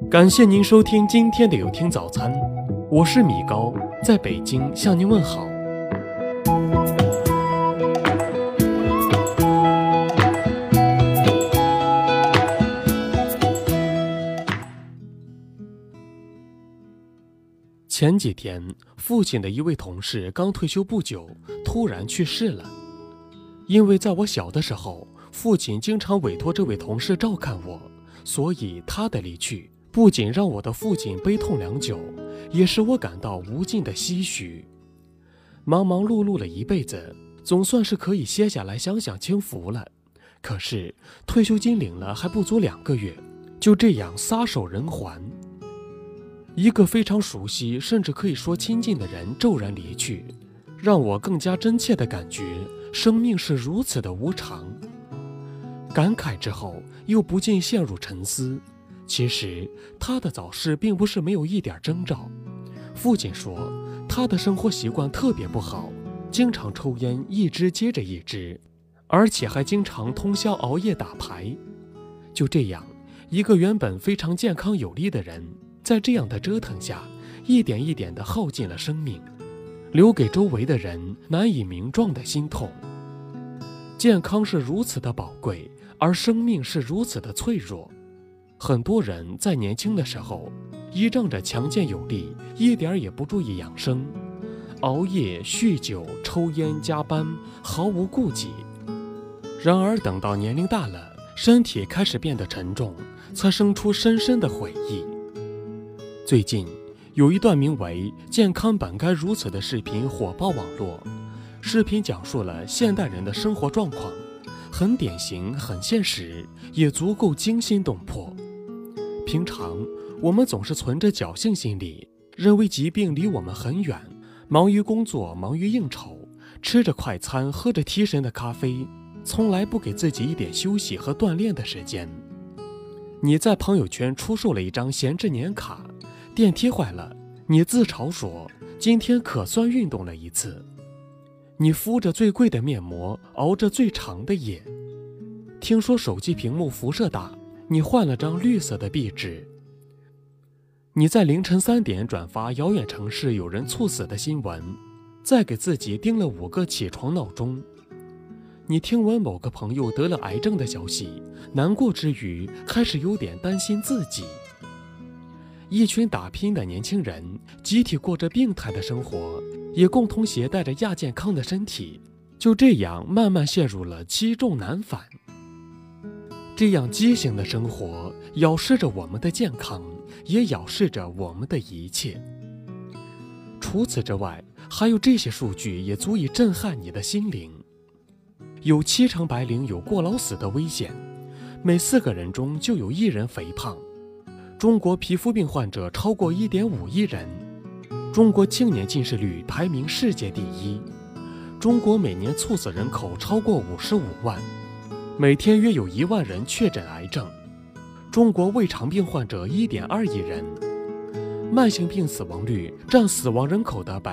感谢您收听今天的有听早餐，我是米高，在北京向您问好。前几天，父亲的一位同事刚退休不久，突然去世了。因为在我小的时候，父亲经常委托这位同事照看我，所以他的离去不仅让我的父亲悲痛良久，也使我感到无尽的唏嘘。忙忙碌碌了一辈子，总算是可以歇下来享享清福了。可是退休金领了还不足2个月，就这样撒手人寰。一个非常熟悉，甚至可以说亲近的人骤然离去，让我更加真切地感觉生命是如此的无常。感慨之后，又不禁陷入沉思。其实他的早逝并不是没有一点征兆。父亲说，他的生活习惯特别不好，经常抽烟一支接着一支，而且还经常通宵熬夜打牌。就这样，一个原本非常健康有力的人，在这样的折腾下，一点一点地耗尽了生命，留给周围的人难以名状的心痛。健康是如此的宝贵，而生命是如此的脆弱。很多人在年轻的时候依仗着强健有力，一点也不注意养生，熬夜、酗酒、抽烟、加班，毫无顾忌。然而等到年龄大了，身体开始变得沉重，才生出深深的悔意。最近有一段名为《健康本该如此》的视频火爆网络。视频讲述了现代人的生活状况，很典型，很现实，也足够惊心动魄。平常我们总是存着侥幸心理，认为疾病离我们很远，忙于工作，忙于应酬，吃着快餐，喝着提神的咖啡，从来不给自己一点休息和锻炼的时间。你在朋友圈出售了一张闲置年卡，电梯坏了，你自嘲说今天可算运动了一次。你敷着最贵的面膜，熬着最长的夜。听说手机屏幕辐射大，你换了张绿色的壁纸。你在凌晨3点转发遥远城市有人猝死的新闻，再给自己定了5个起床闹钟。你听闻某个朋友得了癌症的消息，难过之余开始有点担心自己。一群打拼的年轻人集体过着病态的生活，也共同携带着亚健康的身体，就这样慢慢陷入了积重难返。这样畸形的生活咬噬着我们的健康，也咬噬着我们的一切。除此之外，还有这些数据也足以震撼你的心灵。有70%白领有过劳死的危险，每4个人中就有1人肥胖。中国皮肤病患者超过1.5亿人，中国青年近视率排名世界第1，中国每年猝死人口超过55万，每天约有1万人确诊癌症，中国胃肠病患者1.2亿人，慢性病死亡率占死亡人口的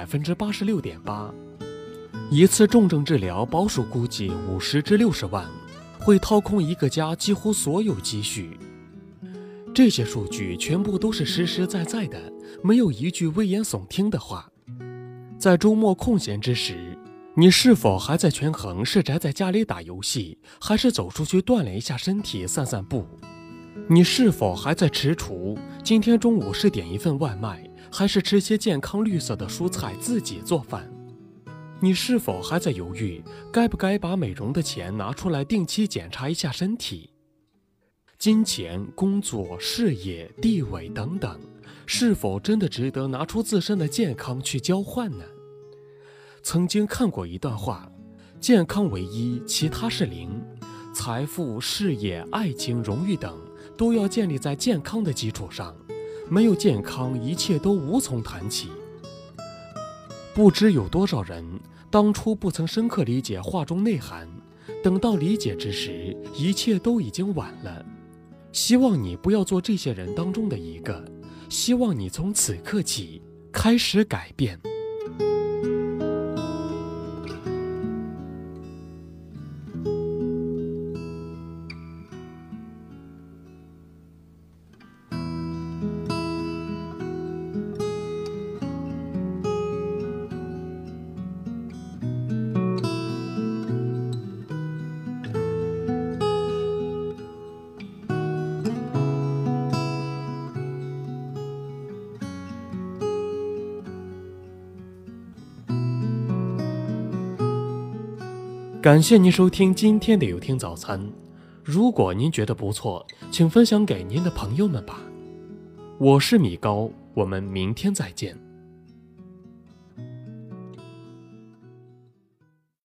86.8%，一次重症治疗保守估计50至60万，会掏空一个家几乎所有积蓄。这些数据全部都是实实在在的，没有一句危言耸听的话。在周末空闲之时，你是否还在权衡是宅在家里打游戏，还是走出去锻炼一下身体，散散步？你是否还在踟蹰，今天中午是点一份外卖，还是吃些健康绿色的蔬菜自己做饭？你是否还在犹豫，该不该把美容的钱拿出来定期检查一下身体？金钱、工作、事业、地位等等，是否真的值得拿出自身的健康去交换呢？曾经看过一段话，健康为1，其他是0，财富、事业、爱情、荣誉等都要建立在健康的基础上，没有健康，一切都无从谈起。不知有多少人当初不曾深刻理解话中内涵，等到理解之时，一切都已经晚了。希望你不要做这些人当中的一个，希望你从此刻起开始改变。 感谢您收听今天的有听早餐。如果您觉得不错，请分享给您的朋友们吧。我是米高，我们明天再见。